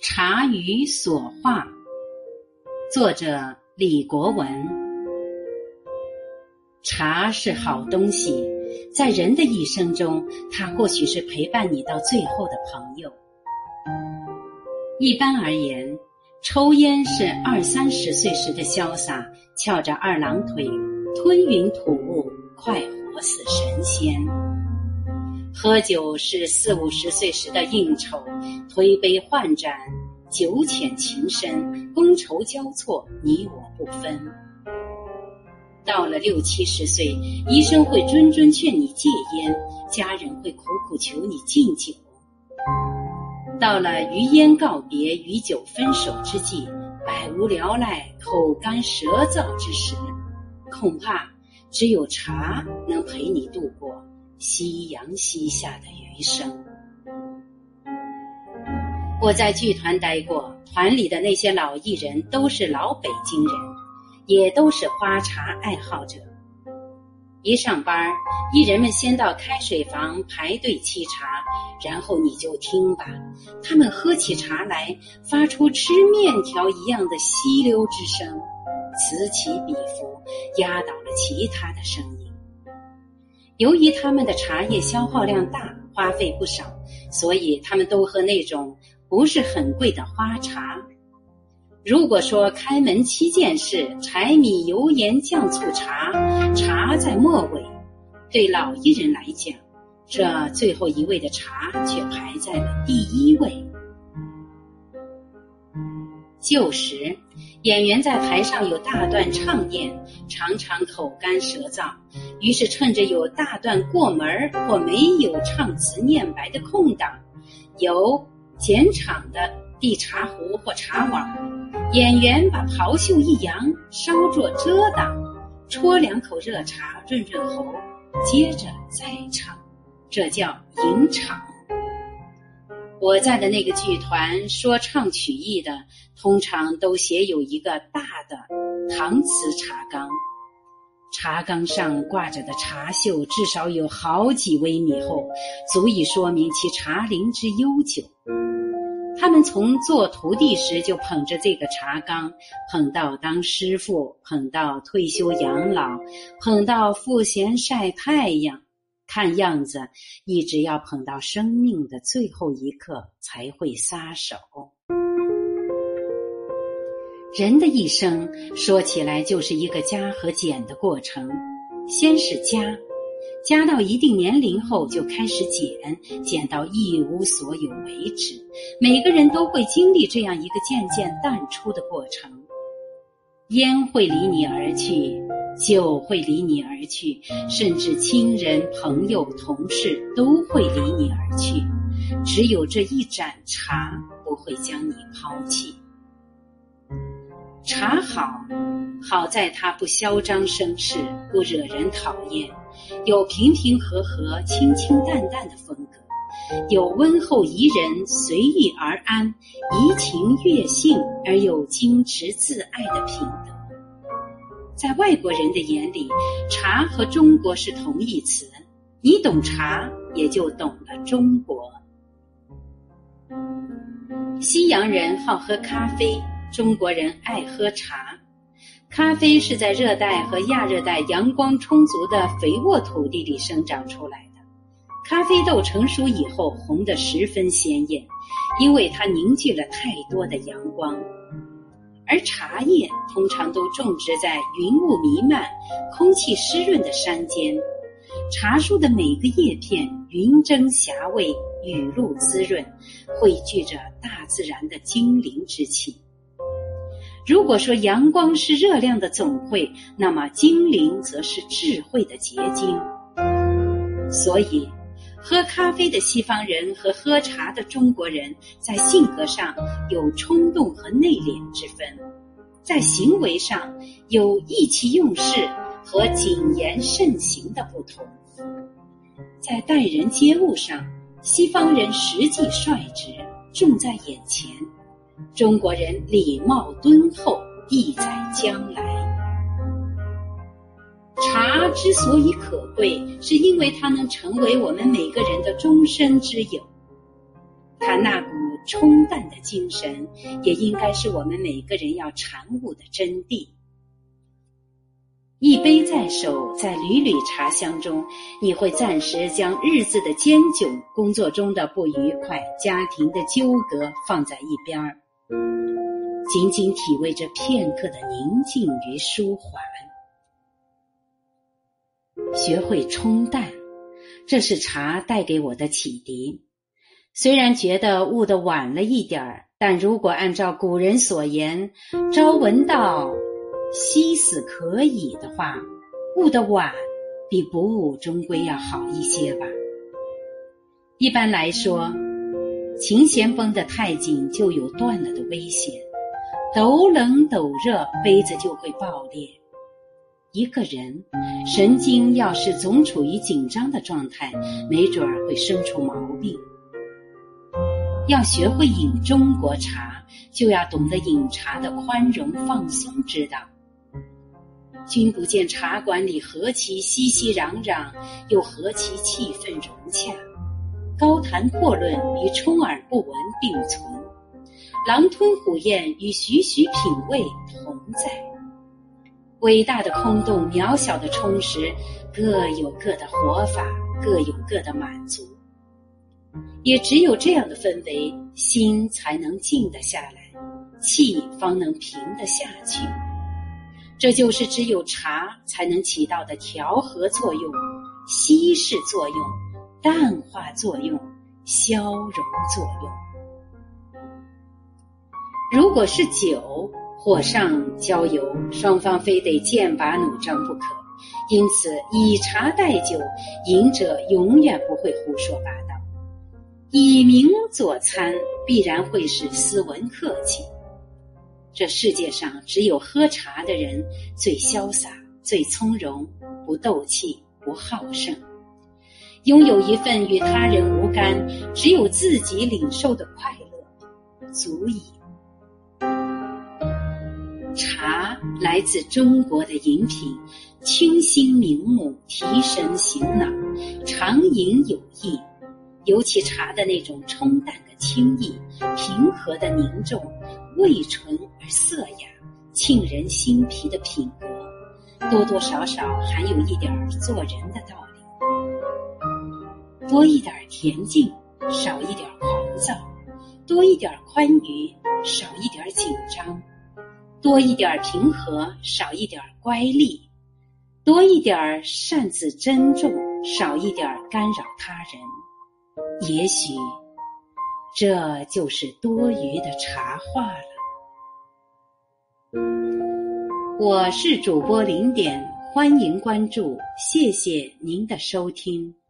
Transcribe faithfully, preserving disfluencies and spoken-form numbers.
茶余所话，作者李国文。茶是好东西，在人的一生中，它或许是陪伴你到最后的朋友。一般而言，抽烟是二三十岁时的潇洒，翘着二郎腿，吞云吐雾，快活似神仙。喝酒是四五十岁时的应酬，推杯换盏，酒浅情深，觥筹交错，你我不分。到了六七十岁，医生会谆谆劝你戒烟，家人会苦苦求你禁酒。到了与烟告别，与酒分手之际，百无聊赖，口干舌燥之时，恐怕只有茶能陪你度过夕阳西下的余生。我在剧团待过，团里的那些老艺人都是老北京人，也都是花茶爱好者。一上班，艺人们先到开水房排队沏茶，然后你就听吧，他们喝起茶来，发出吃面条一样的吸溜之声，此起彼伏，压倒了其他的声音。由于他们的茶叶消耗量大，花费不少，所以他们都喝那种不是很贵的花茶。如果说开门七件事，柴米油盐酱醋茶，茶在末尾，对老艺人来讲，这最后一位的茶却排在了第一位。旧时演员在台上有大段唱念，常常口干舌燥，于是趁着有大段过门或没有唱词念白的空档，由剪场的递茶壶或茶碗，演员把袍袖一扬，稍作遮挡，戳两口热茶润润喉，接着再唱，这叫吟场。我在的那个剧团说唱曲艺的，通常都写有一个大的搪瓷茶缸，茶缸上挂着的茶锈至少有好几微米厚，足以说明其茶龄之悠久。他们从做徒弟时就捧着这个茶缸，捧到当师傅，捧到退休养老，捧到赋闲晒太阳，看样子一直要捧到生命的最后一刻才会撒手。人的一生说起来就是一个加和减的过程，先是加，加到一定年龄后就开始减，减到一无所有为止。每个人都会经历这样一个渐渐淡出的过程。烟会离你而去，酒会离你而去，甚至亲人、朋友、同事都会离你而去，只有这一盏茶不会将你抛弃。茶好，好在它不嚣张声势，不惹人讨厌，有平平和和、清清淡淡的风格，有温厚宜人、随遇而安、怡情悦性而又矜持自爱的品德。在外国人的眼里，茶和中国是同义词，你懂茶，也就懂了中国。西洋人好喝咖啡，中国人爱喝茶。咖啡是在热带和亚热带阳光充足的肥沃土地里生长出来的。咖啡豆成熟以后红得十分鲜艳，因为它凝聚了太多的阳光。而茶叶通常都种植在云雾弥漫、空气湿润的山间，茶树的每个叶片云蒸霞蔚，雨露滋润，汇聚着大自然的精灵之气。如果说阳光是热量的总汇，那么精灵则是智慧的结晶。所以喝咖啡的西方人和喝茶的中国人在性格上有冲动和内敛之分，在行为上有意气用事和谨言慎行的不同，在待人接物上，西方人实际率直，重在眼前，中国人礼貌敦厚，意在将来。茶之所以可贵，是因为它能成为我们每个人的终身之友。它那股冲淡的精神，也应该是我们每个人要禅悟的真谛。一杯在手，在缕缕茶香中，你会暂时将日子的艰窘、工作中的不愉快、家庭的纠葛放在一边儿，仅仅体味着片刻的宁静与舒缓。学会冲淡，这是茶带给我的启迪。虽然觉得悟得晚了一点儿，但如果按照古人所言，朝闻道，夕死可以的话，悟得晚比不悟终归要好一些吧。一般来说，琴弦绷得太紧就有断了的危险，斗冷斗热，杯子就会爆裂。一个人神经要是总处于紧张的状态，没准儿会生出毛病。要学会饮中国茶，就要懂得饮茶的宽容放松之道。君不见茶馆里何其熙熙攘攘，又何其气氛融洽，高谈阔论与充耳不闻并存，狼吞虎咽与徐徐品味同在。伟大的空洞，渺小的充实，各有各的活法，各有各的满足。也只有这样的氛围，心才能静得下来，气方能平得下去。这就是只有茶才能起到的调和作用、稀释作用、淡化作用、消融作用。如果是酒，火上浇油，双方非得剑拔弩张不可。因此以茶代酒，饮者永远不会胡说八道。以茗佐餐，必然会是斯文客气。这世界上只有喝茶的人最潇洒、最从容，不斗气，不好胜，拥有一份与他人无干，只有自己领受的快乐，足矣。茶来自中国的饮品，清新明目，提神醒脑，长饮有益。尤其茶的那种冲淡的清逸，平和的凝重，味醇而色雅，沁人心脾的品格，多多少少含有一点做人的道理。多一点恬静，少一点狂躁；多一点宽裕，少一点紧张；多一点平和，少一点乖戾；多一点擅自珍重，少一点干扰他人。也许这就是多余的茶话了。我是主播零点，欢迎关注，谢谢您的收听。